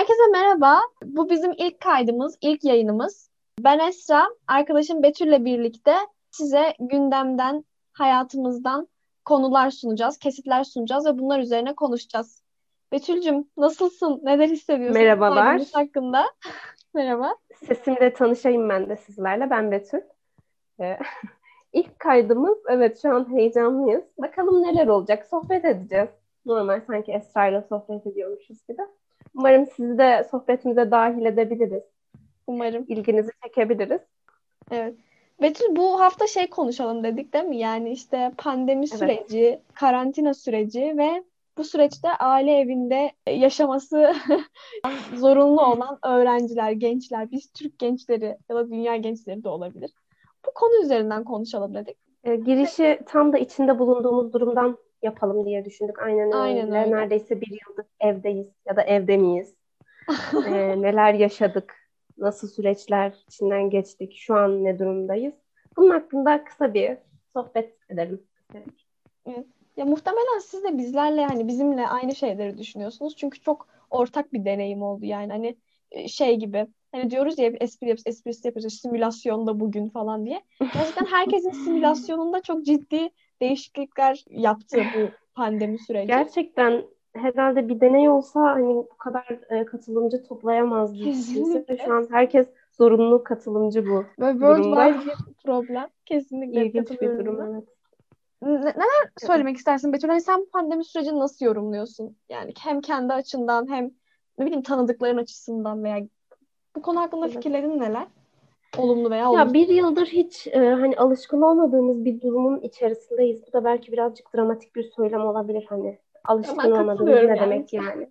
Herkese merhaba. Bu bizim ilk kaydımız, ilk yayınımız. Ben Esra, arkadaşım Betül'le birlikte size gündemden, hayatımızdan konular sunacağız, kesitler sunacağız ve bunlar üzerine konuşacağız. Betül'cüm nasılsın? Neler hissediyorsun bu kaydımız Merhabalar. hakkında? Merhaba. Sesimle tanışayım ben de sizlerle. Ben Betül. Ee, İlk kaydımız. Evet, şu an heyecanlıyız. Bakalım neler olacak. Sohbet edeceğiz. Normal sanki Esra'yla sohbet ediyormuşuz gibi. Umarım sizi de sohbetimize dahil edebiliriz. Umarım. İlginizi çekebiliriz. Evet. Betül bu hafta konuşalım dedik değil mi? Yani işte pandemi Evet. süreci, karantina süreci ve bu süreçte aile evinde yaşaması zorunlu olan öğrenciler, gençler, biz Türk gençleri ya da dünya gençleri de olabilir. Bu konu üzerinden konuşalım dedik. Girişi tam da içinde bulunduğumuz durumdan yapalım diye düşündük. Aynen Aynen öyle. öyle. Neredeyse bir yıldır evdeyiz ya da evde miyiz? Neler yaşadık, nasıl süreçler içinden geçtik, şu an ne durumdayız? Bunun hakkında kısa bir sohbet edelim. Evet. Ya muhtemelen siz de bizlerle hani bizimle aynı şeyleri düşünüyorsunuz. Çünkü çok ortak bir deneyim oldu yani. Hani gibi. Hani diyoruz ya esprisi yapıyoruz. Simülasyonda bugün falan diye. Gerçekten herkesin simülasyonunda çok ciddi değişiklikler yaptı bu pandemi süreci. Gerçekten herhalde bir deney olsa hani bu kadar katılımcı toplayamazdı hiç kimse. Şu Kesinlikle. an herkes zorunlu katılımcı bu Böyle durumda. worldwide bir problem. Kesinlikle İlginç bir katılıyorum durum, buna. evet. Neler Evet. söylemek istersin Betül? Hani sen bu pandemi sürecini nasıl yorumluyorsun? Yani hem kendi açından hem ne bileyim tanıdıkların açısından veya bu konu hakkında Evet. fikirlerin neler? Olumlu veya Ya olumsuz. bir yıldır hiç hani alışkın olmadığımız bir durumun içerisindeyiz. Bu da belki birazcık dramatik bir söylem olabilir hani. Ben Alışkın olmadığımız katılıyorum ne yani. demek yani?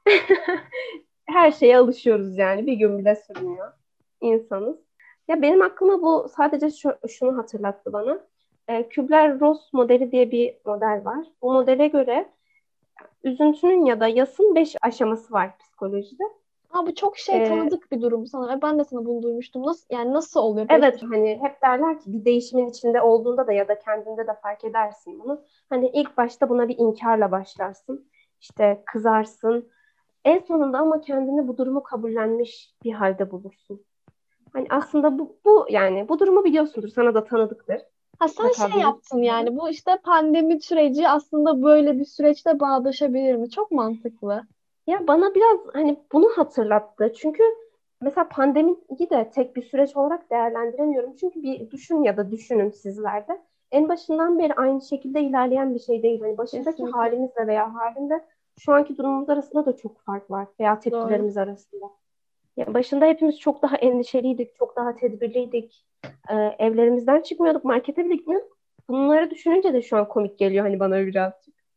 Her şeye alışıyoruz yani. Bir gün bile sürmüyor. İnsanız. Ya benim aklıma bu sadece şunu hatırlattı bana. Kübler-Ross modeli diye bir model var. Bu modele göre üzüntünün ya da yasın 5 aşaması var psikolojide. Ama bu çok E, tanıdık bir durum sana ve ben de sana bunu duymuştum. Nasıl oluyor beş? evet, hani hep derler ki bir değişimin içinde olduğunda da ya da kendinde de fark edersin bunu. Hani ilk başta buna bir inkarla başlarsın. İşte kızarsın. En sonunda ama kendini bu durumu kabullenmiş bir halde bulursun. Hani aslında bu yani bu durumu biliyorsundur. Sana da tanıdıktır. Ha sen Mutlaka yaptın duymuşsundur. yani bu işte pandemi süreci aslında böyle bir süreçte bağdaşabilir mi? Çok mantıklı. Ya bana biraz hani bunu hatırlattı. Çünkü mesela pandemiyi de tek bir süreç olarak değerlendiremiyorum. Çünkü bir düşün ya da düşünün sizler de. En başından beri aynı şekilde ilerleyen bir şey değil. Hani başındaki Kesinlikle. halimizle veya halinde şu anki durumumuz arasında da çok fark var. Veya Doğru. tepkilerimiz arasında. Ya başında hepimiz çok daha endişeliydik, çok daha tedbirliydik. Evlerimizden çıkmıyorduk, markete bile gitmiyorduk. Bunları düşününce de şu an komik geliyor hani bana biraz.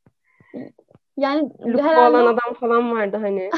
Yani Lupu herhalde olan o adam falan vardı hani.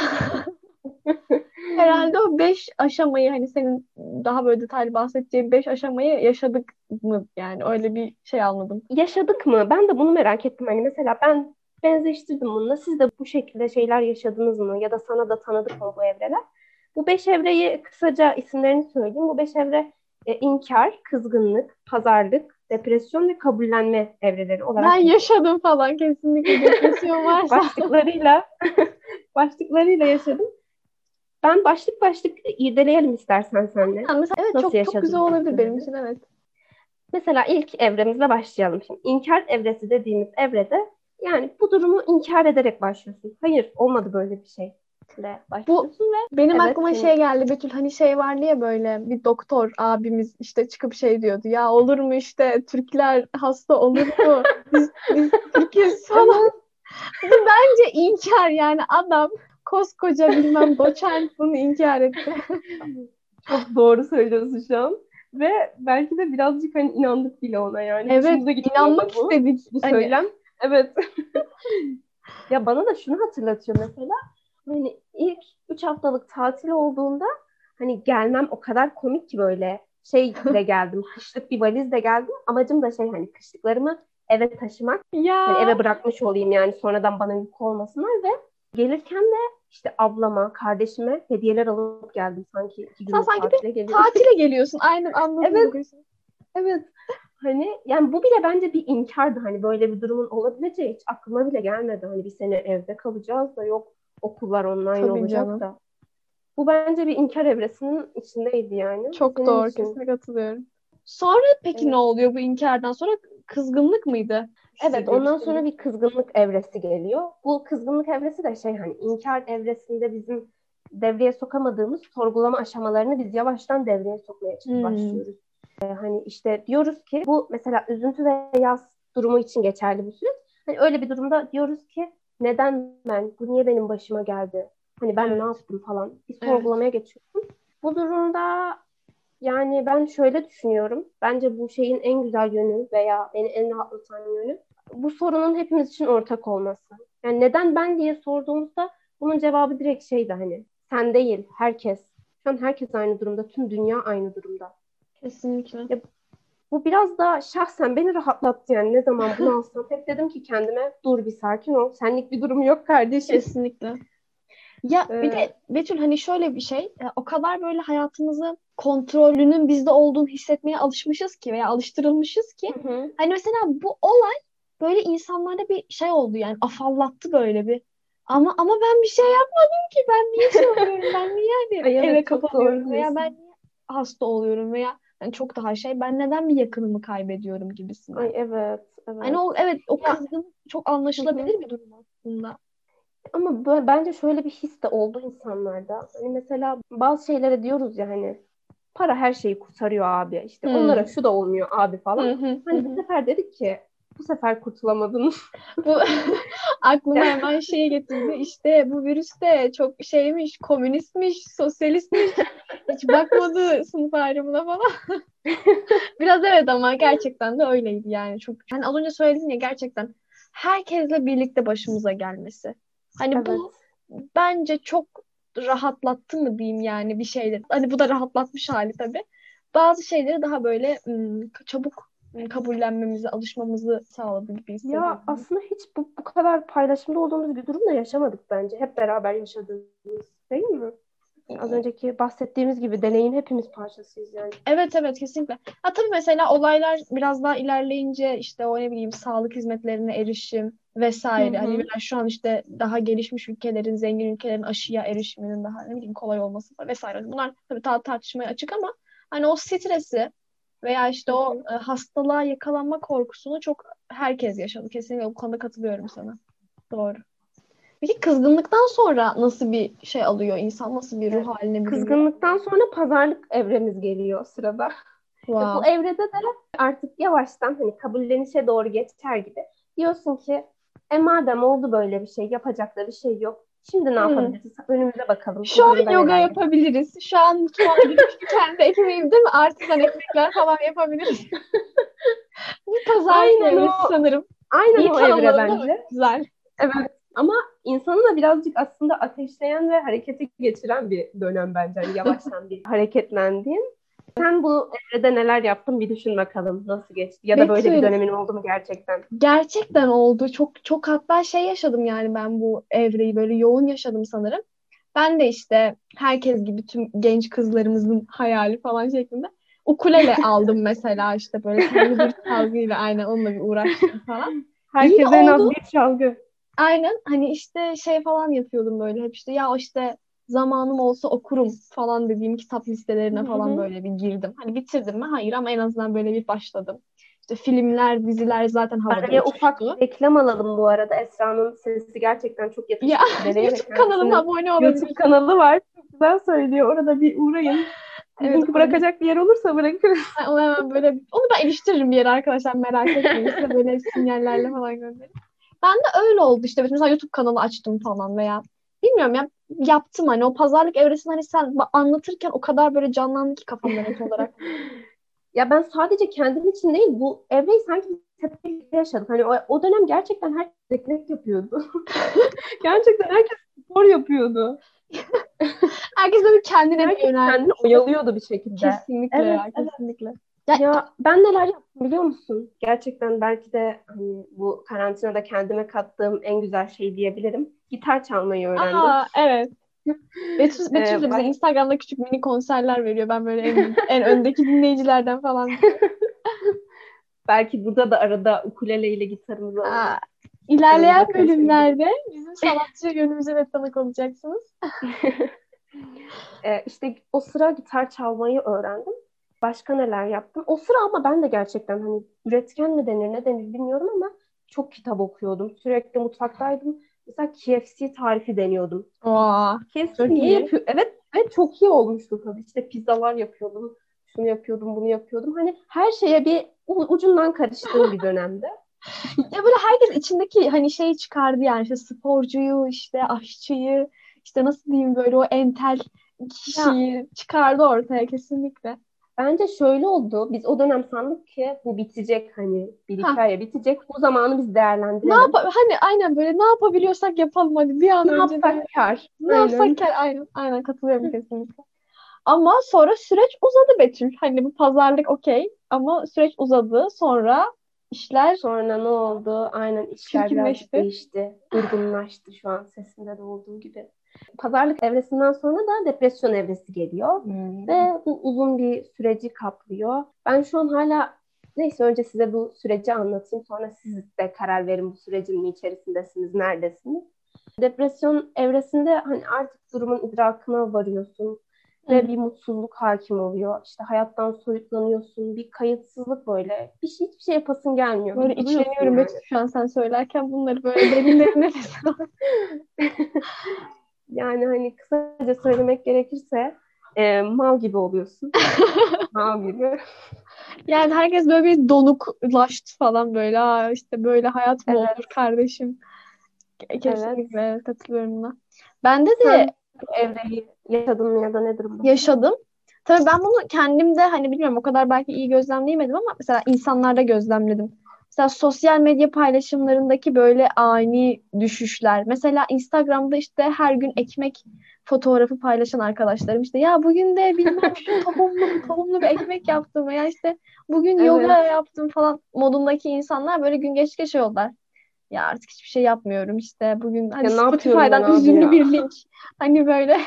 herhalde o beş aşamayı hani senin daha böyle detaylı bahsedeceğin beş aşamayı yaşadık mı? Yani öyle bir şey anladım. Yaşadık mı? Ben de bunu merak ettim. Hani mesela ben benzeştirdim bununla. Siz de bu şekilde şeyler yaşadınız mı? Ya da sana da tanıdık mı bu evreler? Bu 5 evreyi kısaca isimlerini söyleyeyim. Bu 5 evre inkar, kızgınlık, pazarlık, depresyon ve kabullenme evreleri Ben olarak geçiyor. yaşadım falan kesinlikle depresyon varsa. Başlıklarıyla başlıklarıyla yaşadım. Ben başlık başlık irdeleyelim istersen senle. Yani mesela evet Nasıl çok güzel yaşadığımız olabilir benim süreci. için evet. Mesela ilk evremizle başlayalım şimdi. İnkar evresi dediğimiz evrede yani bu durumu inkar ederek başlıyorsun. Hayır, olmadı böyle bir şey ile Bu başlıyorsun ve benim evet aklıma senin geldi Betül hani vardı ya böyle bir doktor abimiz işte çıkıp diyordu ya olur mu işte Türkler hasta olur mu biz Türk'üz falan. evet Bu bence inkar yani adam koskoca bilmem doçent bunu inkar etti. çok doğru söylüyorsun şu an. Ve belki de birazcık hani inandık bile ona yani. Evet Hoşumuza gidiyor inanmak da bu. istedik Bu hani söylem. Evet. Ya bana da şunu hatırlatıyor mesela. Hani ilk 3 haftalık tatil olduğunda hani gelmem o kadar komik ki böyle şeyle geldim. Kışlık bir valizle geldim. Amacım da şey hani kışlıklarımı eve taşımak. Hani ya eve bırakmış olayım yani sonradan bana yük olmasınlar ve gelirken de işte ablama, kardeşime hediyeler alıp geldim. Sanki 2 günlük sanki bir tatile geliyorum. tatile geliyorsun aynen anladım Evet, bugün. evet. Hani yani bu bile bence bir inkardı. Hani böyle bir durumun olabileceği hiç aklıma bile gelmedi. Hani bir sene evde kalacağız da yok okullar online Tabii olacak canım. da. Bu bence bir inkar evresinin içindeydi yani. Çok Senin doğru. için. Kesinlikle katılıyorum. Sonra peki ne Evet. oluyor bu inkardan sonra? Kızgınlık mıydı? Evet, Hissediyoruz ondan sonra sanırım. bir kızgınlık evresi geliyor. Bu kızgınlık evresi de hani inkar evresinde bizim devreye sokamadığımız sorgulama aşamalarını biz yavaştan devreye sokmaya Hmm. başlıyoruz. Hani işte diyoruz ki bu mesela üzüntü ve yas durumu için geçerli bir süreç. Hani öyle bir durumda diyoruz ki neden ben, bu niye benim başıma geldi? Hani ben ne Evet. yaptım falan bir Evet. sorgulamaya geçiyorsun. Bu durumda yani ben şöyle düşünüyorum. Bence bu şeyin en güzel yönü veya beni en rahatlatan yönü bu sorunun hepimiz için ortak olması. Yani neden ben diye sorduğumuzda bunun cevabı direkt şeydi hani sen değil herkes. Şu an herkes aynı durumda. Tüm dünya aynı durumda. Kesinlikle. Ya bu biraz da şahsen beni rahatlattı yani ne zaman bunu alsam hep dedim ki kendime dur bir sakin ol. Senlik bir durum yok kardeşim. Kesinlikle. Ya bir Ee, de Betül hani şöyle bir şey, o kadar böyle hayatımızı kontrolünün bizde olduğunu hissetmeye alışmışız ki veya alıştırılmışız ki hı hı. hani mesela bu olay böyle insanlarda bir şey oldu yani afallattı böyle bir. Ama ben bir şey yapmadım ki, ben niye şey oluyorum, ben niye hani Ay eve evet çok doğru kapanıyorum veya ben diyorsun. niye hasta oluyorum veya yani çok daha şey, ben neden bir yakınımı kaybediyorum Ay gibisinden. evet Hani evet. o, evet, o Ya kızgın çok hı hı. anlaşılabilir bir durum aslında. Ama bence şöyle bir his de oldu insanlarda. Hani mesela bazı şeylere diyoruz ya hani para her şeyi kurtarıyor abi. İşte onlara Hmm. şu da olmuyor abi Hı falan. hı hı. Hani bu Hı. sefer dedik ki bu sefer kurtulamadınız. Bu aklıma hemen şey getirdi. İşte bu virüs de çok şeymiş, komünistmiş, sosyalistmiş. Hiç bakmadı sınıf ayrımına falan. Biraz evet, ama gerçekten de öyleydi yani. Çok, hani az önce söyledin ya, gerçekten herkesle birlikte başımıza gelmesi. Hani bu Evet. bence çok rahatlattı mı diyeyim yani bir şeyleri. Hani bu da rahatlatmış hali tabii. Bazı şeyleri daha böyle çabuk kabullenmemizi, alışmamızı sağladı gibi Ya hissediyorum. aslında hiç bu kadar paylaşımda olduğumuz bir durumda yaşamadık bence. Hep beraber yaşadığımız değil mi? Az önceki bahsettiğimiz gibi deneyin hepimiz parçasıyız yani. Evet, evet, kesinlikle. Ha tabii mesela olaylar biraz daha ilerleyince işte o ne bileyim sağlık hizmetlerine erişim Hı vesaire. Hani hı. biraz şu an işte daha gelişmiş ülkelerin, zengin ülkelerin aşıya erişiminin daha ne bileyim kolay olması vesaire. Bunlar tabii daha tartışmaya açık ama hani o stresi veya işte Hı o hı. hastalığa yakalanma korkusunu çok herkes yaşadı. Kesinlikle bu konuda katılıyorum sana. Doğru. Peki kızgınlıktan sonra nasıl bir şey alıyor insan? Nasıl bir ruh haline bürünüyor? Kızgınlıktan sonra pazarlık evremiz geliyor sırada. Bu Wow. evrede de artık yavaştan hani kabullenişe doğru geçer gibi. Diyorsun ki madem oldu böyle bir şey yapacak da bir şey yok. Şimdi ne Hmm. yapabiliriz? Önümüze bakalım. Şu Bu an durumda yoga neler yapalım? yapabiliriz. Şu an mutfağa gidip şu kendi ekmeğim değil mi? Artisan ekmekler falan yapabiliriz. Bir pazarlık Aynen evresi o. sanırım. Aynen İyi o evre tanımladım değil mi? bence. Güzel. Evet. Ama insanı da birazcık aslında ateşleyen ve harekete geçiren bir dönem bence. Hani yavaştan bir hareketlendiğin. Sen bu evrede neler yaptın bir düşün bakalım nasıl geçti. Ya da böyle bir Betül, dönemin oldu mu gerçekten? gerçekten oldu. Çok çok, hatta şey yaşadım yani, ben bu evreyi böyle yoğun yaşadım sanırım. Ben de işte herkes gibi tüm genç kızlarımızın hayali falan şeklinde ukulele aldım mesela, işte böyle kendi bir çalgıyla aynen onunla bir uğraştım falan. İyi de Herkese en oldu. az bir çalgı. Aynen, hani işte şey falan yapıyordum böyle hep, işte ya işte zamanım olsa okurum falan dediğim kitap Hı listelerine falan hı. böyle bir girdim. Hani bitirdim mi? Hayır, ama en azından böyle bir başladım. İşte filmler, diziler zaten havada Araya ufak uçuştu. bir reklam alalım bu arada. Esra'nın sesi gerçekten çok Ya yakışır ukuleleye ve YouTube kanalıma kendisinin abone YouTube olabilir. kanalı var. Çok güzel söylüyor. Orada bir uğrayın. Evet, Linki onu bir, bırakacak bir yer olursa bırakırız. onu hemen böyle, onu ben iliştiririm bir yere arkadaşlar, merak etmeyin, size böyle sinyallerle falan gönderirim. Ben de öyle oldu işte, mesela YouTube kanalı açtım falan veya bilmiyorum ya, yaptım hani o pazarlık evresini, hani sen anlatırken o kadar böyle canlandı ki kafamda net olarak. Ya ben sadece kendim için değil bu evreyi sanki hep birlikte yaşadık. Hani o dönem gerçekten herkes ekmek yapıyordu. Gerçekten herkes spor yapıyordu. Herkes böyle kendine bir Herkes kendini yönelmişti. oyalıyordu bir şekilde. Kesinlikle Evet, ya, evet. kesinlikle. Ya, Ya ben neler yaptım biliyor musun? Gerçekten belki de hani bu karantinada kendime kattığım en güzel şey diyebilirim. Gitar çalmayı öğrendim. evet. Betül de bize Baş... Instagram'da küçük mini konserler veriyor. Ben böyle en öndeki dinleyicilerden falan. Belki burada da arada ukulele ile gitarımızı Aa, alıp ilerleyen vokal çekebiliriz. bölümlerde bizim sanatçı yönümüze de tanık olacaksınız. İşte o sıra gitar çalmayı öğrendim. Başka neler yaptım? O sıra ama ben de gerçekten hani üretken mi denir ne denir bilmiyorum ama çok kitap okuyordum. Sürekli mutfaktaydım. Mesela KFC tarifi deniyordum. Aa, KFC çok niye iyi. yapıyor? Evet, evet çok iyi olmuştu tabii. İşte pizzalar yapıyordum. Şunu yapıyordum, bunu yapıyordum. Hani her şeye bir ucundan karıştığım bir dönemde. Ya böyle herkes içindeki hani şeyi çıkardı yani işte sporcuyu, işte aşçıyı, işte nasıl diyeyim böyle o entel Ya kişiyi çıkardı ortaya kesinlikle. bence şöyle oldu. Biz o dönem sandık ki bu bitecek hani bir Ha, hikaye bitecek. Bu zamanı biz ne değerlendirelim. yap hani aynen böyle ne yapabiliyorsak yapalım hadi bir an Ne önce yapsak de kar. ne yapsak Aynen. ki aynen katılıyorum kesinlikle. Ama sonra süreç uzadı Betül. Hani bu pazarlık okey ama süreç uzadı. Sonra işler Sonra ne oldu? Aynen işler birazcık çirkinleşti. değişti. Durgunlaştı şu an sesinde de olduğu gibi. Pazarlık evresinden sonra da depresyon evresi geliyor. Hmm. Ve bu uzun bir süreci kaplıyor. Ben şu an hala neyse önce size bu süreci anlatayım. Sonra siz de karar verin bu sürecin içerisindesiniz, neredesiniz? Depresyon evresinde hani artık durumun idrakına varıyorsun Hı ve hı. bir mutsuzluk hakim oluyor. İşte hayattan soyutlanıyorsun, bir kayıtsızlık böyle. Hiçbir şey yapasın gelmiyor. Böyle Bir duruyorsun içleniyorum Betül yani. şu an sen söylerken bunları böyle derin derin nefes al. Yani hani kısaca söylemek gerekirse mal gibi oluyorsun. Mal gibi. Yani herkes böyle bir donuklaştı falan böyle. Aa, işte böyle hayat mı olur Evet, kardeşim? evet. Kesinlikle evet, katılıyorum buna. Bende de Sen bu evreyi yaşadın mı ya da ne durumda? yaşadım. Tabii ben bunu kendimde hani bilmiyorum o kadar belki iyi gözlemleyemedim ama mesela insanlarda gözlemledim. Mesela sosyal medya paylaşımlarındaki böyle ani düşüşler. Mesela Instagram'da işte her gün ekmek fotoğrafı paylaşan arkadaşlarım işte ya bugün de bilmem şu tohumlu bir ekmek yaptım ya işte bugün yoga Evet. yaptım falan modundaki insanlar böyle gün geçtikçe şey oldular. Ya artık hiçbir şey yapmıyorum işte bugün hadi Ya ne yapıyorum ben Spotify'dan abi üzünlü ya? bir link. Hani böyle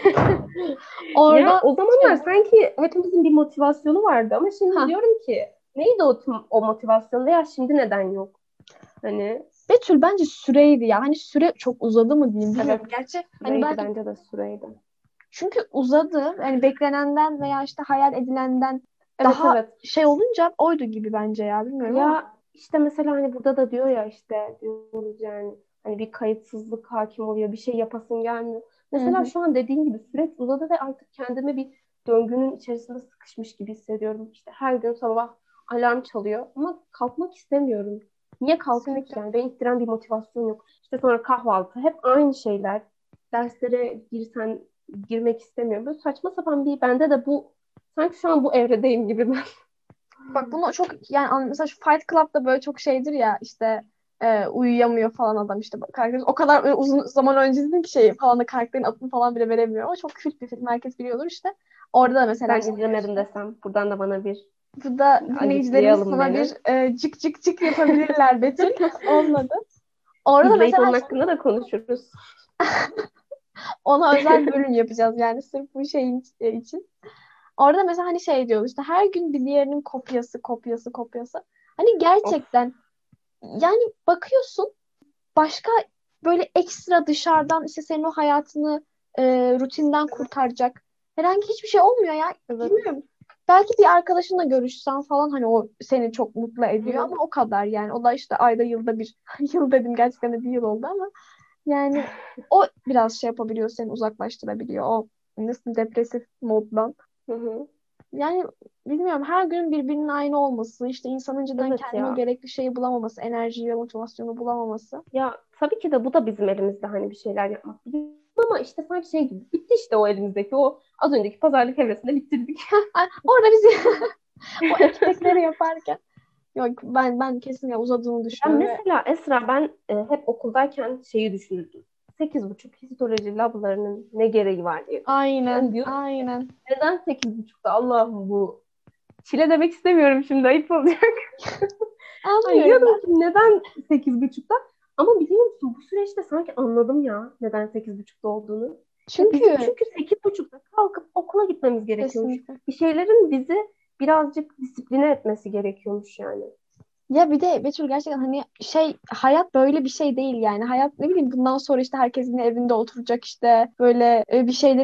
Ya oradan o şey zamanlar sanki hepimizin bir motivasyonu vardı ama şimdi ha diyorum ki neydi o motivasyon veya şimdi neden yok? Hani Betül bence süreydi ya. Hani süre çok uzadı mı diyeyim bilmiyorum. evet Gerçi hani süreydi belki bence de süreydi. çünkü uzadı. Hani beklenenden veya işte hayal edilenden Evet daha evet. şey olunca oydu gibi bence ya. Bilmiyorum ama. Ya işte mesela hani burada da diyor ya işte diyoruz yani hani bir kayıtsızlık hakim oluyor bir şey yapasın gelmiyor. Hı Mesela hı. şu an dediğin gibi süreç uzadı ve artık kendimi bir döngünün içerisinde sıkışmış gibi hissediyorum. İşte her gün sabah alarm çalıyor ama kalkmak istemiyorum. Niye kalkayım ki Kesinlikle. yani? Beni ittiren bir motivasyon yok. İşte sonra kahvaltı hep aynı şeyler. Derslere girmek istemiyorum. Böyle saçma sapan bir bende de bu sanki şu an bu evredeyim gibi ben. Bak bunu çok yani mesela şu Fight Club'da böyle çok şeydir ya işte uyuyamıyor falan adam işte karakter o kadar uzun zaman öncesinin ki şey falan da karakterin adını falan bile veremiyor ama çok kült bir film herkes biliyordur işte. Orada da mesela Ben işte izlemedim desem buradan da bana bir burada dinleyicilerimiz ayıplayalım sana beni. bir cık cık cık yapabilirler Betül. Olmadı. Orada da İzleyip mesela onun hakkında da konuşuruz. ona özel bölüm yapacağız yani sırf bu şeyin için. Orada mesela hani şey diyor işte her gün bir diğerinin kopyası. Hani Of. gerçekten yani bakıyorsun başka böyle ekstra dışarıdan işte senin o hayatını rutinden kurtaracak herhangi hiçbir şey olmuyor ya. Evet. Bilmiyorum. Belki bir arkadaşınla görüşsen falan hani o seni çok mutlu Hı ediyor hı. ama o kadar yani. O da işte ayda yılda bir yıl dedim gerçekten de bir yıl oldu ama yani o biraz şey yapabiliyor seni uzaklaştırabiliyor o nasıl depresif moddan. Hı hı. Yani bilmiyorum her gün birbirinin aynı olması, işte insanın cidden Evet kendine o ya. gerekli şeyi bulamaması, enerjiyi ve motivasyonu bulamaması. Ya tabii ki de bu da bizim elimizde hani bir şeyler yapmak biliyorum ama işte sanki şey gibi bitti işte o elimizdeki o az önceki pazarlık evresinde bitirdik. Ay, orada biz o ekmekleri yaparken yok ben kesinlikle uzadığını Ya düşünüyorum ve mesela Esra ben hep okuldayken şeyi düşünürdüm. 8,5 histoloji lablarının ne gereği var diye. aynen Yani diyorum aynen neden 8,5'ta Allah'ım bu. Çile demek istemiyorum şimdi ayıp olacak. Hani anlıyorum diyordum ben. ki neden 8,5'ta? Ama biliyor musun bu süreçte sanki anladım ya neden 8,5'ta olduğunu. Ya bizim Çünkü çünkü 8,5'ta kalkıp okula gitmemiz gerekiyormuş. kesinlikle. Bir şeylerin bizi birazcık disipline etmesi gerekiyormuş yani. Ya bir de Betül gerçekten hani şey hayat böyle bir şey değil yani. Hayat ne bileyim bundan sonra işte herkes yine evinde oturacak işte böyle bir şeylerin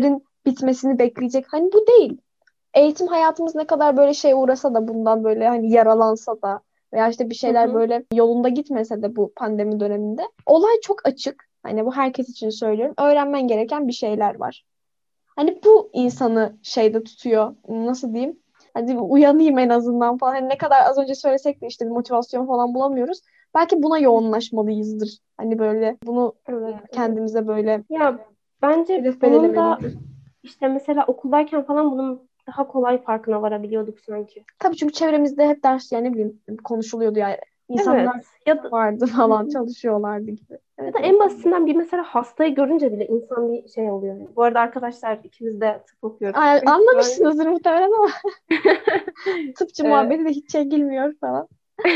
bitmesini bekleyecek. Hani bu değil. Eğitim hayatımız ne kadar böyle şey uğrasa da bundan böyle hani yaralansa da veya işte bir Hı şeyler hı. böyle yolunda gitmese de bu pandemi döneminde olay çok açık. Hani bu herkes için söylüyorum. Öğrenmen gereken bir şeyler var. Hani bu insanı şeyde tutuyor. Nasıl diyeyim? Hadi bir uyanayım en azından falan. Hani ne kadar az önce söylesek de işte bir motivasyon falan bulamıyoruz. Belki buna yoğunlaşmalıyızdır. Hani böyle bunu Evet, evet. kendimize böyle Ya bence hedef bunun da belirlemeliyizdir. işte mesela okuldayken falan bunun daha kolay farkına varabiliyorduk sanki. Tabii çünkü çevremizde hep ders yani ne bileyim konuşuluyordu yani. İnsanlar Evet. Ya da vardı Hı falan hı. çalışıyorlardı gibi. Ya Evet, da evet. en basitinden bir mesela hastayı görünce bile insan bir şey oluyor. Bu arada arkadaşlar ikimiz de tıp okuyoruz. Ay, Büyük ihtimalle. anlamışsınızdır muhtemelen ama tıpçı Ee, muhabbeti de hiç çekilmiyor falan.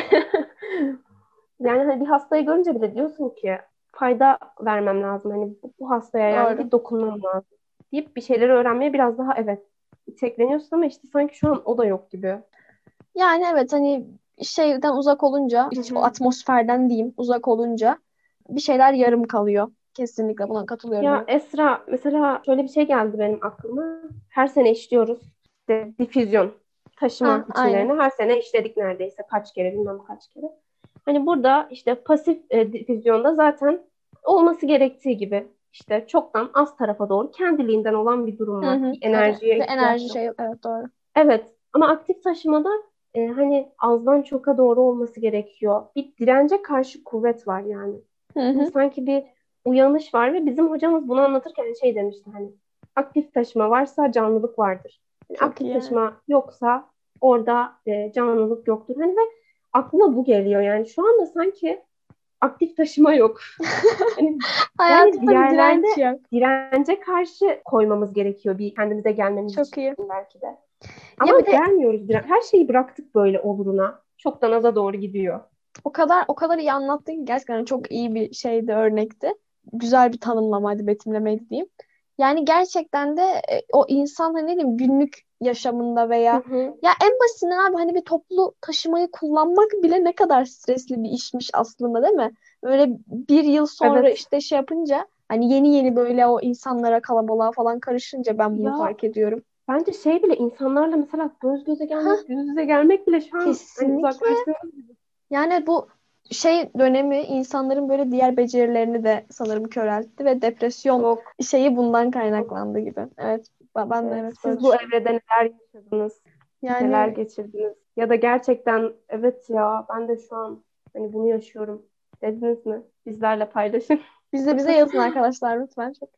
Yani hani bir hastayı görünce bile diyorsun ki fayda vermem lazım. Hani bu hastaya yani Doğru. bir dokunmam lazım deyip bir şeyleri öğrenmeye biraz daha evet itekleniyorsun ama işte sanki şu an o da yok gibi. Yani evet hani şeyden uzak olunca, Hı hiç o hı. atmosferden diyeyim uzak olunca bir şeyler yarım kalıyor. Kesinlikle buna katılıyorum, Ya evet. Esra mesela şöyle bir şey geldi benim aklıma. Her sene işliyoruz. İşte difüzyon Ha, taşıma aynen. biçimlerini her sene işledik neredeyse kaç kere bilmem kaç kere. Hani burada işte pasif difüzyonda zaten olması gerektiği gibi işte çoktan az tarafa doğru kendiliğinden olan bir durum Hı var. hı. Bir enerjiye Ve ihtiyaç enerji yok. şey yok. Evet, doğru. Evet ama aktif taşımada hani azdan çoka doğru olması gerekiyor. Bir dirence karşı kuvvet var yani. Hı Hani hı. sanki bir uyanış var ve bizim hocamız bunu anlatırken şey demişti hani aktif taşıma varsa canlılık vardır. Yani Çok aktif iyi. Evet. taşıma yoksa orada canlılık yoktur. Hani ve aklıma bu geliyor yani şu anda sanki aktif taşıma yok. Hani yani bir Hayatımda bir yerlerde direnç yok. dirence karşı koymamız gerekiyor bir kendimize gelmemiz Çok için iyi. belki de. Ya Ama bir de gelmiyoruz. Her şeyi bıraktık böyle oluruna. Çoktan aza doğru gidiyor. o kadar iyi anlattın ki gerçekten çok iyi bir şeydi, örnekti. Güzel bir tanımlamaydı, betimlemeydi diyeyim. Yani gerçekten de o insan hani ne diyeyim günlük yaşamında Hı veya hı. ya en basitinden abi hani bir toplu taşımayı kullanmak bile ne kadar stresli bir işmiş aslında, değil mi? Böyle bir yıl sonra Evet. işte şey yapınca hani yeni yeni böyle o insanlara kalabalığa falan karışınca ben bunu Ya fark ediyorum. bence şey bile insanlarla mesela göz göze Ha, gelmek, yüz yüze gelmek bile şu an hani kesinlikle. uzaklaştığımız. Yani bu şey dönemi insanların böyle diğer becerilerini de sanırım köreltti ve depresyon Çok, şeyi bundan çok. kaynaklandı gibi. Evet, ben de Evet. evet böyle Siz bu düşünüyorum. evrede neler yaşadınız, neler Yani geçirdiniz? Ya da gerçekten evet ya ben de şu an hani bunu yaşıyorum dediniz mi? Bizlerle paylaşın. bize yazın arkadaşlar lütfen, çok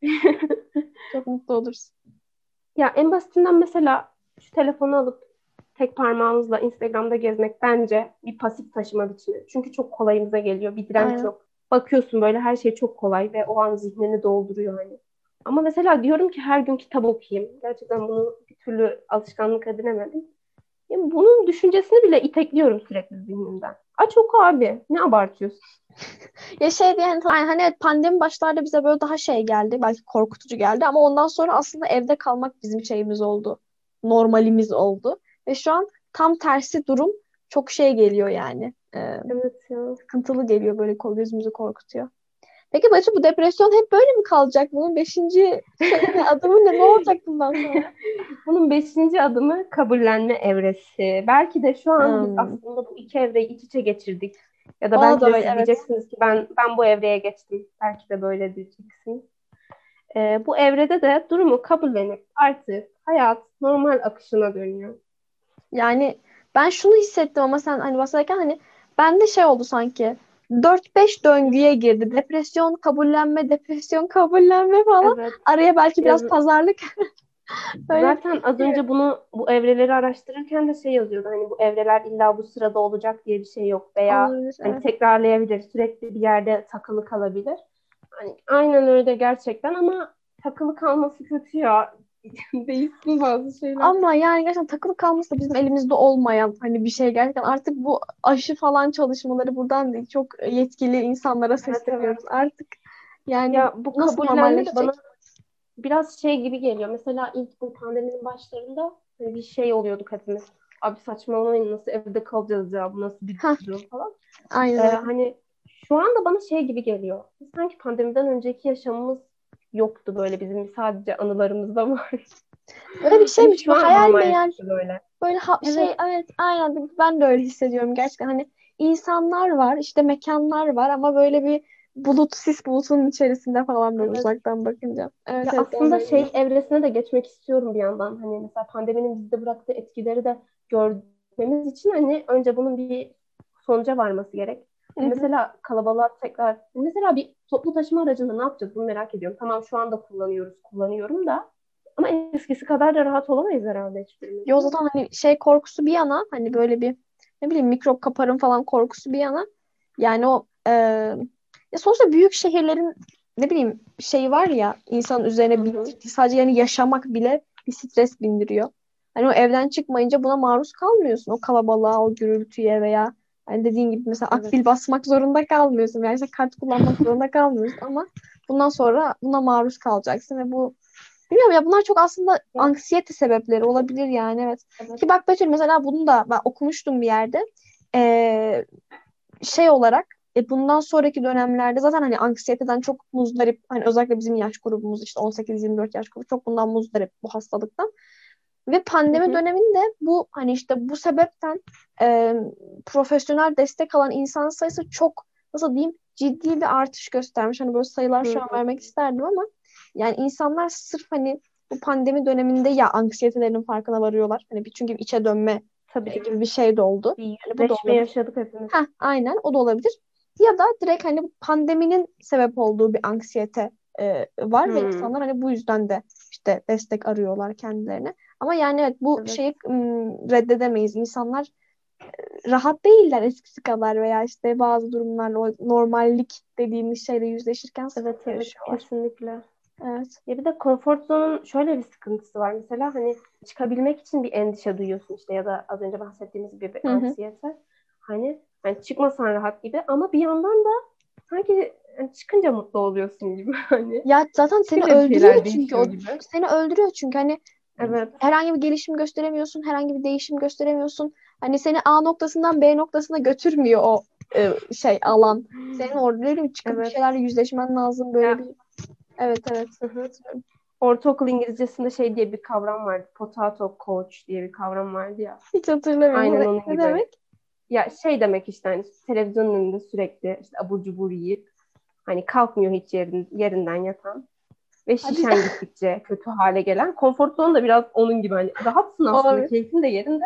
çok mutlu oluruz. Ya en basitinden mesela şu telefonu alıp tek parmağımızla Instagram'da gezmek bence bir pasif taşıma biçimi. Çünkü çok kolayımıza geliyor. Bir direnç Aynen. yok. Bakıyorsun böyle her şey çok kolay ve o an zihnini dolduruyor hani. Ama mesela diyorum ki her gün kitap okuyayım. Gerçekten bunu bir türlü alışkanlık edinemedim. Yani bunun düşüncesini bile itekliyorum sürekli zihnimden. Aç oku abi. Ne abartıyorsun? Ya şey diye hani evet, pandemi başlarda bize böyle daha şey geldi. Belki korkutucu geldi ama ondan sonra aslında evde kalmak bizim şeyimiz oldu. Normalimiz oldu. Ve şu an tam tersi durum çok şey geliyor yani. Evet ya. Sıkıntılı geliyor, böyle gözümüzü korkutuyor. Peki Batu, bu depresyon hep böyle mi kalacak? Bunun beşinci şeyi ne? Adımı ne? Ne olacak bundan sonra? Bunun beşinci adımı kabullenme evresi. Belki de şu an biz Hmm. aslında bu iki evreyi iç içe geçirdik. Ya da Bana belki da de öyle, siz evet. diyeceksiniz ki ben bu evreye geçtim. Belki de böyle diyeceksiniz. Bu evrede de durumu kabullenip artık hayat normal akışına dönüyor. Yani ben şunu hissettim ama sen hani bahsederken hani bende şey oldu sanki. Dört beş döngüye girdi. Depresyon kabullenme falan. Evet. Araya belki Ya biraz pazarlık. Böyle zaten az önce bu evreleri araştırırken de şey yazıyordu. Hani bu evreler illa bu sırada olacak diye bir şey yok. Veya olabilir. hani Evet. tekrarlayabilir. Sürekli bir yerde takılı kalabilir. Hani aynen öyle gerçekten ama takılı kalması kötü ya. Değişsin bazı şeyler. Ama yani gerçekten takılı kalması da bizim elimizde olmayan hani bir şey gerçekten. Artık bu aşı falan çalışmaları, buradan değil, çok yetkili insanlara Evet, evet. sesleniyoruz. Artık yani Ya bu nasıl kabullenme de bana normalleşecek? biraz şey gibi geliyor. Mesela ilk bu pandeminin başlarında hani bir şey oluyorduk hepimiz. Abi saçmalamayın nasıl evde kalacağız ya bu nasıl bir Hah, durum falan. aynen öyle. Hani şu anda bana şey gibi geliyor. Sanki pandemiden önceki yaşamımız yoktu böyle, bizim sadece anılarımızda var. Öyle bir Hani şeymiş şu bu, an hayal meyal. normalleşti böyle. Böyle Evet. evet, aynen ben de öyle hissediyorum gerçekten. Hani insanlar var, işte mekanlar var ama böyle bir sis bulutun içerisinde falan, böyle Evet. uzaktan bakınca. Evet Ya evet, ben de aslında öyle. evresine de geçmek istiyorum bir yandan. Hani mesela pandeminin bizde bıraktığı etkileri de görmemiz için hani önce bunun bir sonuca varması gerek. Hı hı. Mesela kalabalığa tekrar, mesela bir toplu taşıma aracında ne yapacağız bunu merak ediyorum. Tamam, şu anda kullanıyorum da, ama eskisi kadar da rahat olamayız herhalde hiçbirimiz. Yo, zaten hani korkusu bir yana, hani böyle bir, ne bileyim, mikrop kaparım falan korkusu bir yana, yani o ya sonuçta büyük şehirlerin, ne bileyim, şeyi var ya, insanın Hı üzerine hı. bindirdiği, sadece yani yaşamak bile bir stres bindiriyor. Hani o evden çıkmayınca buna maruz kalmıyorsun, o kalabalığa, o gürültüye veya hani dediğin gibi mesela Evet. akbil basmak zorunda kalmıyorsun. Yani işte kart kullanmak zorunda kalmıyorsun ama bundan sonra buna maruz kalacaksın ve bu, bilmiyorum ya, bunlar çok aslında Ya, anksiyete sebepleri olabilir yani, evet. evet. Ki bak Betül, mesela bunu da ben okumuştum bir yerde. Ee, Şey olarak, bundan sonraki dönemlerde zaten hani anksiyeteden çok muzdarip, hani özellikle bizim yaş grubumuz, işte 18-24 yaş grubu çok bundan muzdarip, bu hastalıktan. Ve Hı pandemi hı. döneminde bu, hani işte bu sebepten e, profesyonel destek alan insan sayısı çok, nasıl diyeyim, ciddi bir artış göstermiş. Hani böyle sayılar şu an Hı. vermek isterdim ama yani insanlar sırf hani bu pandemi döneminde ya anksiyetelerinin farkına varıyorlar. Hani çünkü bir içe dönme Tabii gibi bir şey de oldu. bir Hani bu da yüzleşme olabilir. yaşadık hepimiz. Ha, aynen, o da olabilir. Ya da direkt hani bu pandeminin sebep olduğu bir anksiyete var ve Hı. insanlar hani bu yüzden de işte destek arıyorlar kendilerine. Ama yani evet, bu Evet. şeyi reddedemeyiz. İnsanlar rahat değiller eskisi kadar veya işte bazı durumlarla o normallik dediğimiz şeyle yüzleşirken Evet, sıkıntı evet, yaşıyorlar. kesinlikle. Evet. Ya bir de konfor zonun şöyle bir sıkıntısı var. Mesela hani çıkabilmek için bir endişe duyuyorsun işte, ya da az önce bahsettiğimiz gibi bir Hı hı. anksiyete. Hani çıkmasan rahat gibi, ama bir yandan da sanki hani çıkınca mutlu oluyorsun gibi hani. Ya zaten seni Çıkınca bir öldürüyor şeyler çünkü değişiyor o, gibi. seni öldürüyor çünkü hani Evet, herhangi bir gelişim gösteremiyorsun, herhangi bir değişim gösteremiyorsun. Hani seni A noktasından B noktasına götürmüyor o alan. Senin orada, ne bileyim, çıkıp bir evet. şeylerle yüzleşmen lazım, böyle Ya, bir. Evet evet. hı hı. Katılıyorum. Ortaokul İngilizcesinde şey diye bir kavram vardı. Potato coach diye bir kavram vardı ya. Hiç hatırlamıyorum. Aynen Ne, onun ne gibi hani. demek? Ya demek işte, hani televizyonun önünde sürekli işte abur cubur yiyip hani kalkmıyor hiç yerinden yatan ve Ha, biz şişen gittikçe kötü hale gelen, konfor zone da biraz onun gibi, hani rahatsın aslında, olabilir. keyfin de yerinde,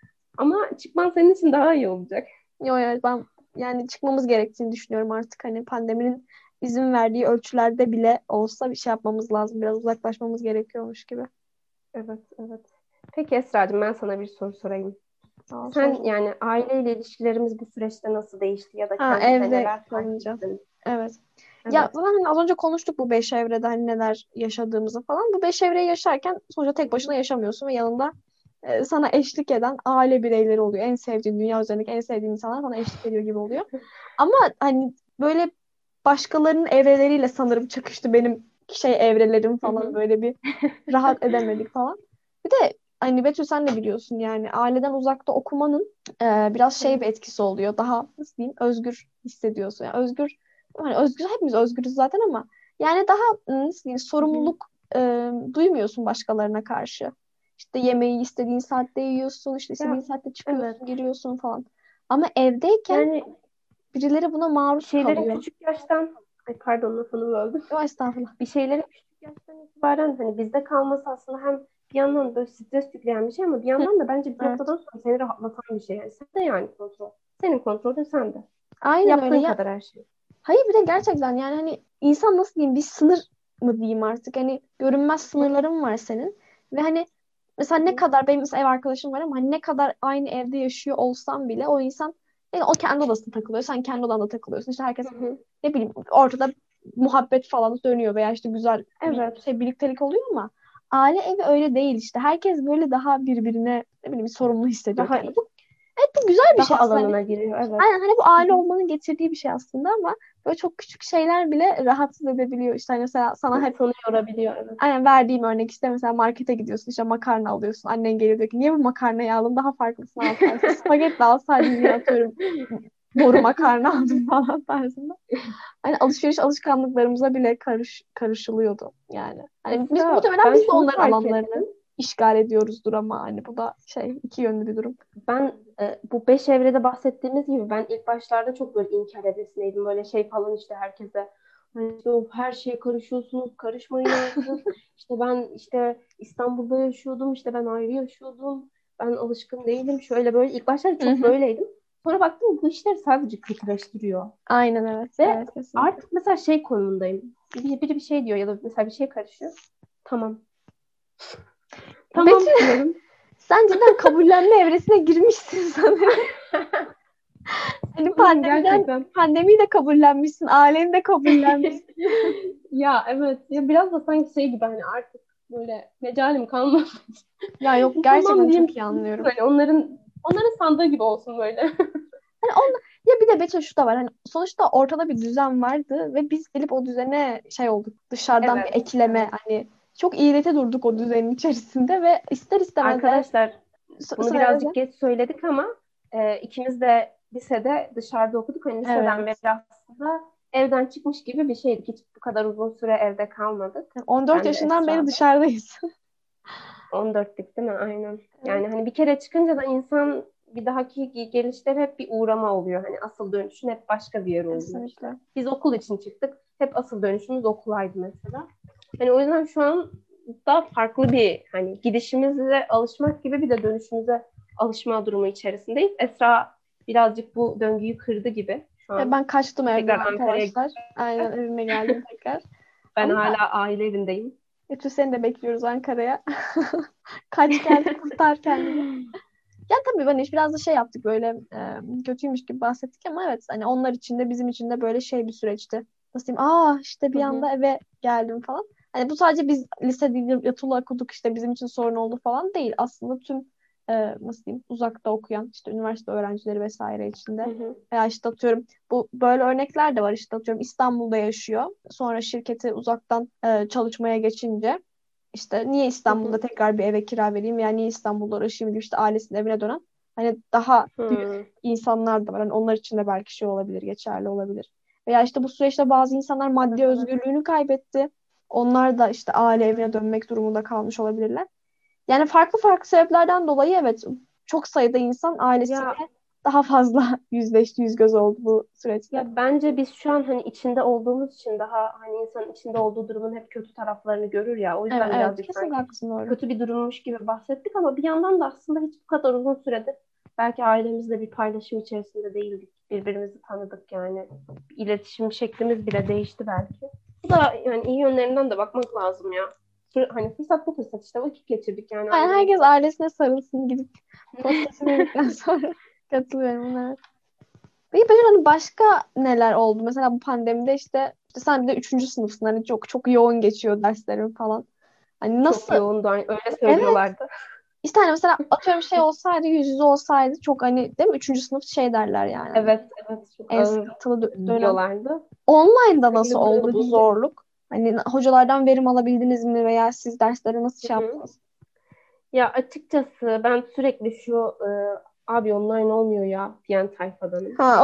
ama çıkman senin için daha iyi olacak. Yo, evet, ben yani çıkmamız gerektiğini düşünüyorum artık. Hani pandeminin izin verdiği ölçülerde bile olsa bir şey yapmamız lazım. Biraz uzaklaşmamız gerekiyormuş gibi. Evet, evet. Peki Esra'cığım, ben sana bir soru sorayım. Tamam, Sen, sor. yani aileyle ilişkilerimiz bu süreçte nasıl değişti, ya da Ha, kendinde evde neler fark kalınca. ettin? Evet. Ya Evet. zaten hani az önce konuştuk bu beş evrede hani neler yaşadığımızı falan. Bu beş evreyi yaşarken sonuçta tek başına yaşamıyorsun ve yanında sana eşlik eden aile bireyleri oluyor. En sevdiğin, dünya üzerindeki en sevdiğin insanlar sana eşlik ediyor gibi oluyor. Ama hani böyle başkalarının evreleriyle sanırım çakıştı benim evrelerim Hı falan, hı. böyle bir rahat edemedik falan. Bir de hani Betül, sen de biliyorsun yani aileden uzakta okumanın biraz bir Evet. etkisi oluyor. Daha, nasıl diyeyim, özgür hissediyorsun. Yani özgür, hani özgür, hepimiz özgürüz zaten ama yani daha, nasıl diyeyim, Hı hı. sorumluluk duymuyorsun başkalarına karşı. İşte yemeği istediğin saatte yiyorsun, işte istediğin Ya, saatte evet. çıkıyorsun, giriyorsun falan. Ama evdeyken Yani birileri buna bir maruz şeylerin kalıyor. küçük yaştan, ay pardon, lafını böldüm. Yok, estağfurullah. Bir şeylerin küçük yaştan itibaren hani bizde kalması aslında hem bir yandan böyle stres yükleyen bir şey, ama bir Hı, yandan da bence bir evet. noktadan sonra seni rahatlatan bir şey. Yani sen de, yani kontrol. Senin kontrolün sende. Aynen öyle Yaptığın ya. kadar her şey. Hayır, bir de gerçekten yani hani insan, nasıl diyeyim, bir sınır mı diyeyim artık, hani görünmez Hı hı. sınırların var senin ve hani mesela Hı ne hı. kadar, benim mesela ev arkadaşım var ama hani ne kadar aynı evde yaşıyor olsam bile o insan, yani o kendi odasında takılıyor, sen kendi odanda takılıyorsun, işte herkes, Hı hı. ne bileyim, ortada muhabbet falan dönüyor veya işte güzel bir Evet. birliktelik oluyor ama aile evi öyle değil, işte herkes böyle daha birbirine, ne bileyim, sorumlu hissediyor Daha kendini. Evet, bu güzel bir şey daha aslında. Hani alanına giriyor. Evet. aynen, hani bu Hı aile hı. olmanın getirdiği bir şey aslında ama böyle çok küçük şeyler bile rahatsız edebiliyor. İşte hani mesela sana hep İnsanı yorabiliyor. Evet. aynen verdiğim örnek, işte mesela markete gidiyorsun, işte makarna alıyorsun. Annen geliyor diyor ki niye bu makarnayı aldın, daha farklısını alsaydın. İşte spagetti alsaydın, yine atıyorum Boru makarna aldım falan tarzında. Hani alışveriş alışkanlıklarımıza bile karışılıyordu yani. Hani biz Mesela muhtemelen ben biz de şunu onların fark ettim. alanlarını işgal ediyoruzdur ama hani bu da iki yönlü bir durum. Ben bu beş evrede bahsettiğimiz gibi ben ilk başlarda çok böyle inkar edesineydim. Böyle şey falan işte herkese hani işte "Of, her şeye karışıyorsunuz, karışmayın artık. İşte ben işte İstanbul'da yaşıyordum, işte ben ayrı yaşıyordum. Ben alışkın değilim. Şöyle böyle ilk başlarda Hı çok hı. böyleydim. Sonra baktım bu işler sadece kötüleştiriyor. Aynen, evet. Ve Evet, kesinlikle. artık mesela şey konumundayım. Biri bir şey diyor ya da mesela bir şey karışıyor. Tamam. Tamam Betül, diyorum. sen cidden kabullenme evresine girmişsin sanırım. Hani Sanırım gerçekten. pandemiyi de kabullenmişsin, aileni de kabullenmişsin. Ya evet. Ya biraz da sanki şey gibi hani artık böyle mecalim kalmadı. Ya yok, Tamam gerçekten diyeyim. çok iyi anlıyorum. Böyle onların sandığı gibi olsun böyle. Hani ya bir de Betül şu da var. Hani sonuçta ortada bir düzen vardı ve biz gelip o düzene şey olduk. Dışarıdan bir Evet. ekleme, Evet. hani çok iğrete durduk o düzenin içerisinde ve ister istemez de Arkadaşlar bunu birazcık söylesen. geç söyledik ama ikimiz de lisede dışarıda okuduk. Hani liseden beri Evet. aslında evden çıkmış gibi bir şeydik. Hiç bu kadar uzun süre evde kalmadık. 14 Ben de yaşından beri Esra'da. dışarıdayız. 14'lük değil mi? Aynen. Evet, Yani hani bir kere çıkınca da insan bir dahaki gelişler hep bir uğrama oluyor. Hani asıl dönüşün hep başka bir yer oluyor işte. kesinlikle. Biz okul için çıktık. Hep asıl dönüşümüz okulaydı mesela. Hani o yüzden şu an daha farklı bir hani gidişimize alışmak gibi bir de dönüşümüze alışma durumu içerisindeyiz. Esra birazcık bu döngüyü kırdı gibi. Şu Ve an ben kaçtım evden tekrar Ankara'ya arkadaşlar. gittiler. Aynen, evime geldim tekrar. Ben Ama hala aile evindeyim. Betül, seni de bekliyoruz Ankara'ya. Kaç gel, kurtar kendini. Ya tabii hani biraz da şey yaptık, böyle kötüymüş gibi bahsettik ama evet, hani onlar için de bizim için de böyle şey bir süreçti. Nasıl diyeyim? İşte Hı bir hı. anda eve geldim falan. Hani bu sadece biz lise değil, yatılı okuduk işte bizim için sorun oldu falan değil. Aslında tüm nasıl diyeyim, uzakta okuyan işte üniversite öğrencileri vesaire Hı içinde. hı. Veya işte atıyorum, bu böyle örnekler de var, işte atıyorum İstanbul'da yaşıyor. Sonra şirketi uzaktan çalışmaya geçince işte niye Hı İstanbul'da hı. tekrar bir eve kira vereyim, yani niye İstanbul'da uğraşayım gibi işte ailesinin evine dönen hani daha büyük Hı. insanlar da var. Hani onlar için de belki şey olabilir, geçerli olabilir. Veya işte bu süreçte bazı insanlar Evet, maddi evet. özgürlüğünü kaybetti. Onlar da işte aile evine dönmek durumunda kalmış olabilirler. Yani farklı farklı sebeplerden dolayı evet, çok sayıda insan ailesiyle Ya daha fazla yüzleşti, yüz göz oldu bu süreçte. bence biz şu an hani içinde olduğumuz için daha hani insanın içinde olduğu durumun hep kötü taraflarını görür ya. O Evet, yüzden evet, birazcık kesinlikle sanki haklısın, doğru. kötü bir durummuş gibi bahsettik ama bir yandan da aslında hiç bu kadar uzun süredir belki ailemizle bir paylaşım içerisinde değildik. Birbirimizi tanıdık yani. İletişim şeklimiz bile değişti belki. Bu da yani iyi yönlerinden de bakmak lazım ya. Hani fırsat bu fırsat işte vakit geçirdik yani Yani herkes ailemizle. ailesine sarılsın gidip podcast'ını dinledikten sonra. Katılıyorum ona. Peki Betül, hani başka neler oldu? Mesela bu pandemide işte sen bir de üçüncü sınıfsın. Hani çok çok yoğun geçiyor derslerin falan. Hani Çok nasıl? yoğundu öyle Evet. söylüyorlardı. İşte hani mesela atıyorum şey olsaydı, yüz yüze olsaydı çok hani, değil mi? Üçüncü sınıf şey derler yani. Hani Evet, evet çok en ağır sıkıntılı dönem. diyorlardı. Online'da nasıl Öyle oldu böyle bu değil. zorluk? Hani hocalardan verim alabildiniz mi veya siz derslere nasıl Hı şey hı. yaptınız? Ya açıkçası ben sürekli şu abi online olmuyor ya diyen tayfadanım. Ha,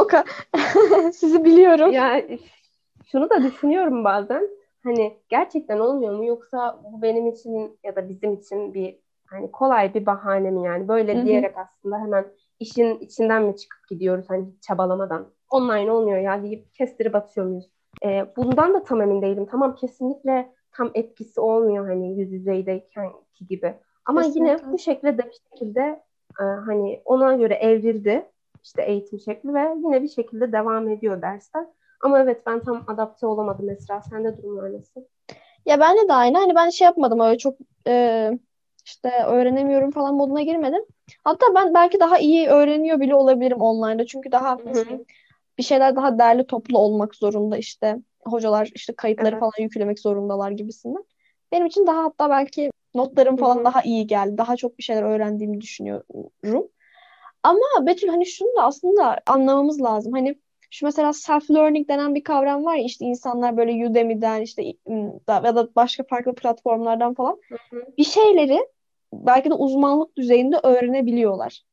sizi biliyorum. Ya şunu da düşünüyorum bazen. Hani gerçekten olmuyor mu yoksa bu benim için ya da bizim için bir hani kolay bir bahane mi yani Hı böyle hı. diyerek aslında hemen işin içinden mi çıkıp gidiyoruz hani hiç çabalamadan. Online olmuyor ya deyip kestirip atıyor muyuz? Bundan da tam emin değilim. Tamam kesinlikle tam etkisi olmuyor hani yüz yüzeydeyken gibi. Ama yine Kesinlikle. bu şekilde de bir şekilde hani ona göre evrildi işte eğitim şekli ve yine bir şekilde devam ediyor dersler. Ama evet ben tam adapte olamadım Esra. Sende durumlar nasıl? Ya bende de aynı. Hani ben şey yapmadım, öyle çok e, işte öğrenemiyorum falan moduna girmedim. Hatta ben belki daha iyi öğreniyor bile olabilirim online'da. Çünkü daha Hı nasıl diyeyim, hı. bir şeyler daha derli toplu olmak zorunda işte. Hocalar işte kayıtları falan Evet. yüklemek zorundalar gibisinden. Benim için daha, hatta belki notlarım Hı falan hı. daha iyi geldi. Daha çok bir şeyler öğrendiğimi düşünüyorum. Ama Betül, hani şunu da aslında anlamamız lazım. Hani şu mesela self-learning denen bir kavram var ya, işte insanlar böyle Udemy'den işte ya da başka farklı platformlardan falan Hı hı. bir şeyleri belki de uzmanlık düzeyinde öğrenebiliyorlar.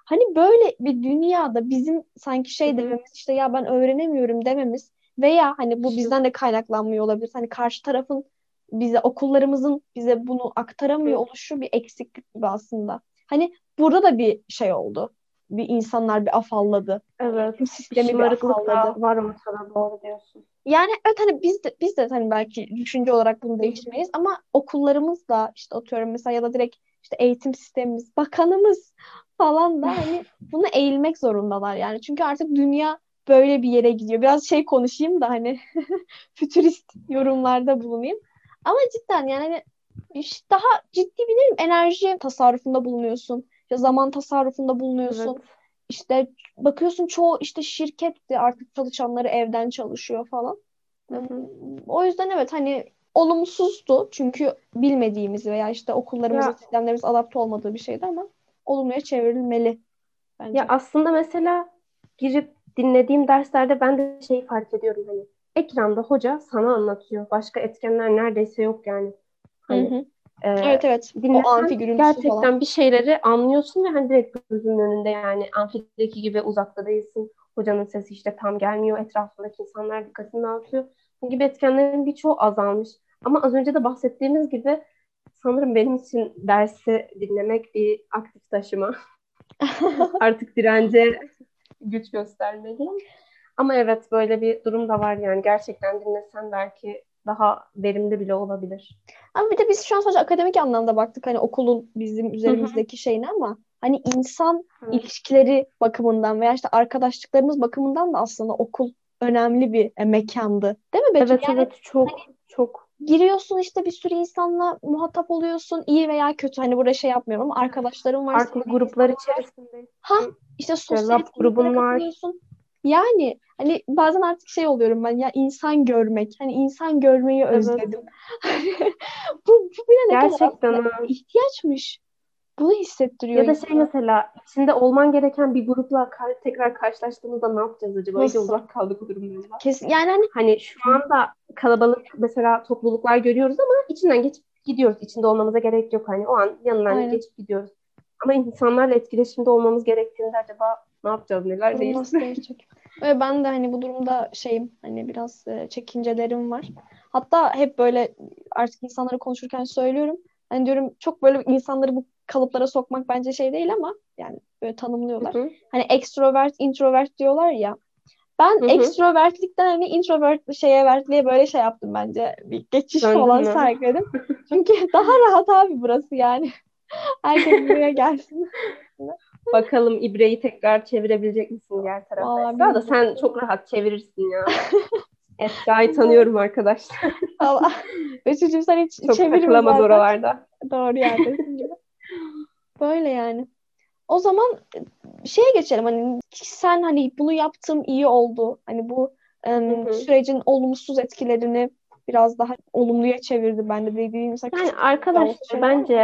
Hani böyle bir dünyada bizim sanki Hı şey hı. dememiz, işte ya ben öğrenemiyorum dememiz veya hani bu Hı bizden de kaynaklanmıyor olabilir. Hani karşı tarafın bize, okullarımızın bize bunu aktaramıyor hı. oluşu bir eksiklik gibi aslında. Hani burada da bir şey oldu. Bir insanlar bir afalladı. Evet. Eğitim Bir sistemi bir şımarıklık da afalladı. var ortada, doğru diyorsun. Yani evet, hani biz de hani belki düşünce olarak bunu Hı hı. değiştirmeyiz ama okullarımız da işte atıyorum mesela, ya da direkt işte eğitim sistemimiz, bakanımız falan da hani bunu eğilmek zorundalar yani. Çünkü artık dünya böyle bir yere gidiyor. Biraz şey konuşayım da hani fütürist yorumlarda bulunayım. Ama cidden yani hani daha ciddi bir enerji tasarrufunda bulunuyorsun. İşte zaman tasarrufunda Evet. bulunuyorsun. İşte bakıyorsun çoğu işte şirket de artık çalışanları evden çalışıyor falan. Hı hı. O yüzden evet, hani olumsuzdu çünkü bilmediğimiz veya işte okullarımızın Ya sistemlerimiz adapte olmadığı bir şeydi ama olumluya çevrilmeli ya bence. aslında mesela girip dinlediğim derslerde ben de şeyi fark ediyorum, hani ekranda hoca sana anlatıyor. Başka etkenler neredeyse yok yani. Hı Hani hı. e, Evet, evet. O amfi dinlesen gürültüsü falan. gerçekten bir şeyleri anlıyorsun ve hani direkt gözünün önünde, yani amfideki gibi uzakta değilsin. Hocanın sesi işte tam gelmiyor. Etrafındaki insanlar dikkatini dağıtıyor. Bu gibi etkenlerin birçoğu azalmış. Ama az önce de bahsettiğimiz gibi sanırım benim için dersi dinlemek bir aktif taşıma. Artık dirence güç göstermeliyim. Ama evet, böyle bir durum da var yani. Gerçekten dinlesen belki daha verimli bile olabilir. Ama bir de biz şu an sadece akademik anlamda baktık hani okulun bizim Hı hı. üzerimizdeki şeyine, ama hani insan Evet. ilişkileri bakımından veya işte arkadaşlıklarımız bakımından da aslında okul önemli bir mekandı. Değil mi Betül? Evet, evet, çok çok. Giriyorsun işte bir sürü insanla muhatap oluyorsun. İyi veya kötü. Hani burada şey yapmıyorum ama arkadaşlarım var, Farklı sevdiğin gruplar insanlar var. içerisinde. Ha, işte İşte sosyal lab etkinliklere grubun var. katılıyorsun. Yani hani bazen artık şey oluyorum ben, ya insan görmek. Hani insan görmeyi Evet. özledim. Bu bile ne kadar Gerçekten aslında ha. ihtiyaçmış. Bunu hissettiriyor Ya da şey, insana. mesela içinde olman gereken bir grupla tekrar karşılaştığımızda ne yapacağız acaba? İyice Nasıl? uzak kaldık bu durumdan. Kesin yani hani Hani şu anda kalabalık mesela topluluklar görüyoruz ama içinden geçip gidiyoruz. İçinde olmamıza gerek yok. Hani o an yanından aynen. geçip gidiyoruz. Ama insanlarla etkileşimde olmamız gerektiğinde acaba ne yapacağız, neler Durum nasıl değişti? değişecek? Ve ben de hani bu durumda şeyim, hani biraz çekincelerim var. Hatta hep böyle artık insanlara konuşurken söylüyorum. Hani diyorum, çok böyle insanları bu kalıplara sokmak bence şey değil ama yani böyle Hı tanımlıyorlar. hı. Hani extrovert, introvert diyorlar ya. Ben Hı hı. extrovertlikten hani introvert şeye vertliğe böyle şey yaptım bence. Bir geçiş Döndün falan mü? sergiledim. Çünkü daha rahat abi burası yani. Herkes buraya gelsin. Bakalım ibreyi tekrar çevirebilecek misin diğer tarafa? Vallahi Esra da bilmiyorum. sen çok rahat çevirirsin ya. Esra'yı tanıyorum arkadaşlar. Allah. Betül'cüğüm sen hiç Çok çevirme takılamaz zaten. oralarda. Doğru yerdesin gibi. Böyle yani. O zaman şeye geçelim. Hani sen hani bunu yaptığım iyi oldu. Hani bu Hı hı. sürecin olumsuz etkilerini biraz daha olumluya çevirdi. Ben de dediğim mesela Yani küçük de olsa arkadaşlar, şeyler ama.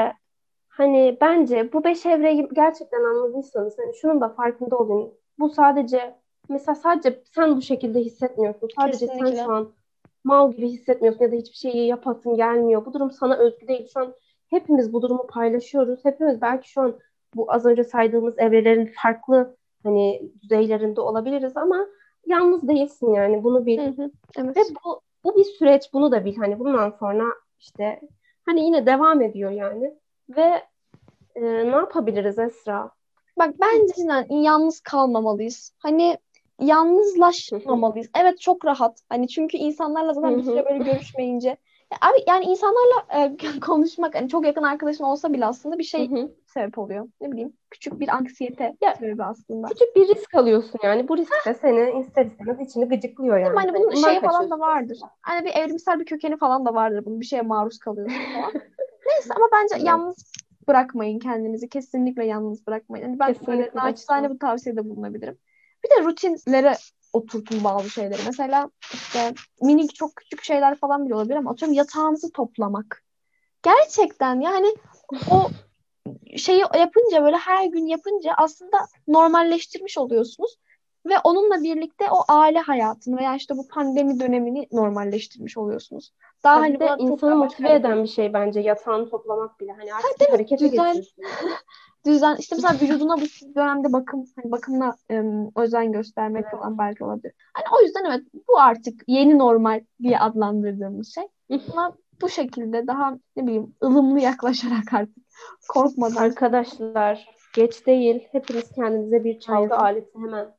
bence bu beş evreyi gerçekten anladıysanız hani şunun da farkında olun. Bu sadece, mesela sadece sen bu şekilde hissetmiyorsun. Sadece sen Kesinlikle. şu an mal gibi hissetmiyorsun ya da hiçbir şeyi yapasın gelmiyor. Bu durum sana özgü değil. Şu an hepimiz bu durumu paylaşıyoruz. Hepimiz belki şu an bu az önce saydığımız evrelerin farklı hani düzeylerinde olabiliriz ama yalnız değilsin, yani bunu bil. Hı hı. Ve Evet. bu bir süreç, bunu da bil. Hani bundan sonra işte hani yine devam ediyor yani. Ve ne yapabiliriz Esra? Bak, bence cidden yalnız kalmamalıyız. Hani Hı hı. yalnızlaşmamalıyız. Evet, çok rahat. Hani çünkü insanlarla Hı zaten bir süre hı. böyle görüşmeyince. Ya abi yani insanlarla konuşmak, hani çok yakın arkadaşın olsa bile aslında bir Hı şey hı. sebep oluyor. Ne bileyim, küçük bir anksiyete Ya sebebi aslında. küçük bir risk alıyorsun yani. Bu risk de seni ister istemez içini gıcıklıyor Değil mi? yani. Hani Hani bunun bundan şeyi falan da kaçıyorsun vardır. aslında. Hani bir evrimsel bir kökeni falan da vardır bunun. Bir şeye maruz kalıyorsun falan. Neyse, ama bence Evet. yalnız bırakmayın kendinizi. Kesinlikle yalnız bırakmayın. Yani ben böyle Kesinlikle naçizane Esra. bu tavsiyede bulunabilirim. Bir de rutinlere oturtun bazı şeyleri. Mesela işte minik çok küçük şeyler falan bile olabilir ama atıyorum yatağınızı toplamak. Gerçekten yani o şeyi yapınca, böyle her gün yapınca aslında normalleştirmiş oluyorsunuz. Ve onunla birlikte o aile hayatını veya işte bu pandemi dönemini normalleştirmiş oluyorsunuz. Daha Ya bir hani de buna çok insanı daha motive başlayabiliriz. eden bir şey bence yatağını toplamak bile. Hani Ha, artık bir değil mi? harekete Düzen. geçiyorsun. düzen işte mesela vücuduna bu dönemde bakım hani bakımına özen göstermek Evet. falan belki olabilir. Hani o yüzden evet bu artık yeni normal diye adlandırdığımız şey. Buna bu şekilde daha ne bileyim ılımlı yaklaşarak artık korkmadan. Arkadaşlar geç değil. Hepiniz kendinize bir çalgı Aynen. aleti hemen.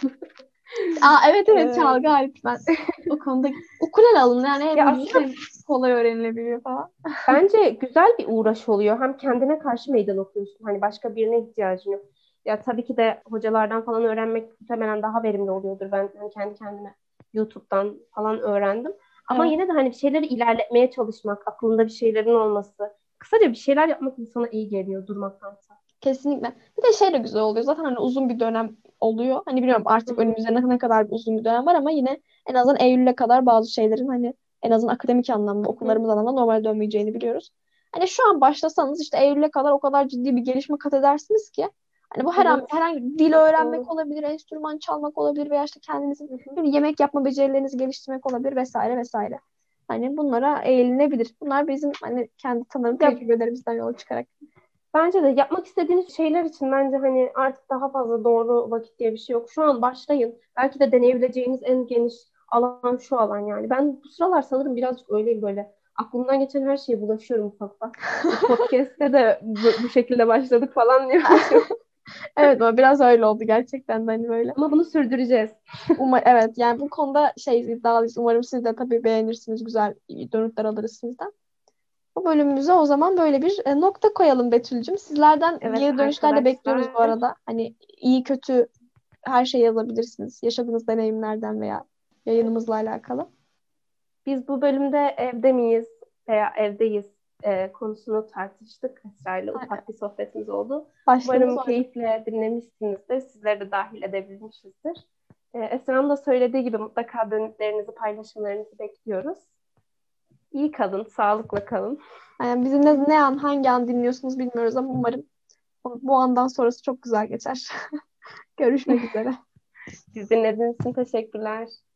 Aa, evet evet Ee, çalgı aleti ben o konuda ukulele alın yani Ya hem ucuz aslında hem kolay öğrenilebiliyor falan. bence güzel bir uğraş oluyor. Hem kendine karşı meydan okuyorsun. Hani başka birine ihtiyacın yok. Ya tabii ki de hocalardan falan öğrenmek muhtemelen daha verimli oluyordur. Ben hani kendi kendime YouTube'dan falan öğrendim. Ama Evet. yine de hani bir şeyleri ilerletmeye çalışmak, aklında bir şeylerin olması. Kısaca bir şeyler yapmak insana iyi geliyor durmaktansa. Kesinlikle. Bir de şey de güzel oluyor. Zaten hani uzun bir dönem oluyor. Hani bilmiyorum Hı artık hı. önümüzde ne kadar bir uzun bir dönem var ama yine en azından Eylül'e kadar bazı şeylerin hani en azından akademik anlamda Hı hı. okullarımız anlamda normale dönmeyeceğini biliyoruz. Hani şu an başlasanız işte Eylül'e kadar o kadar ciddi bir gelişme kat edersiniz ki hani bu her an Evet, herhangi dil çok öğrenmek doğru. olabilir, enstrüman çalmak olabilir veya işte kendinizin Hı hı. bir yemek yapma becerilerinizi geliştirmek olabilir vesaire vesaire. Hani bunlara eğilinebilir. Bunlar bizim hani kendi tanım Ya tecrübelerimizden yola çıkarak. bence de yapmak istediğiniz şeyler için bence hani artık daha fazla doğru vakit diye bir şey yok. Şu an başlayın. Belki de deneyebileceğiniz en geniş alan şu alan yani. Ben bu sıralar sanırım birazcık öyleyim böyle. Aklımdan geçen her şeye bulaşıyorum ufak ufak. Bu podcast'te de bu şekilde başladık falan diyormuşum. Evet o biraz öyle oldu gerçekten de hani böyle. Ama bunu sürdüreceğiz. Evet yani bu konuda şey iddialıyız. Umarım siz de tabii beğenirsiniz. Güzel dönütler alırız sizden. Bu bölümümüze o zaman böyle bir nokta koyalım Betül'cüm. Sizlerden Evet geri dönüşler de bekliyoruz bu arkadaşlar. arada. Hani iyi kötü her şeyi yazabilirsiniz. Yaşadığınız deneyimlerden veya yayınımızla alakalı. Biz bu bölümde evde miyiz veya evdeyiz konusunu tartıştık. Esra'yla ufak bir sohbetimiz oldu. Başlığımız Umarım oydu. keyifle dinlemişsinizdir. Sizleri de dahil edebilmişizdir. Esra'nın da söylediği gibi mutlaka dönütlerinizi, paylaşımlarınızı bekliyoruz. İyi kalın, sağlıkla kalın. Yani bizim ne an hangi an dinliyorsunuz bilmiyoruz ama umarım bu andan sonrası çok güzel geçer. Görüşmek üzere. Biz dinlediğiniz için teşekkürler.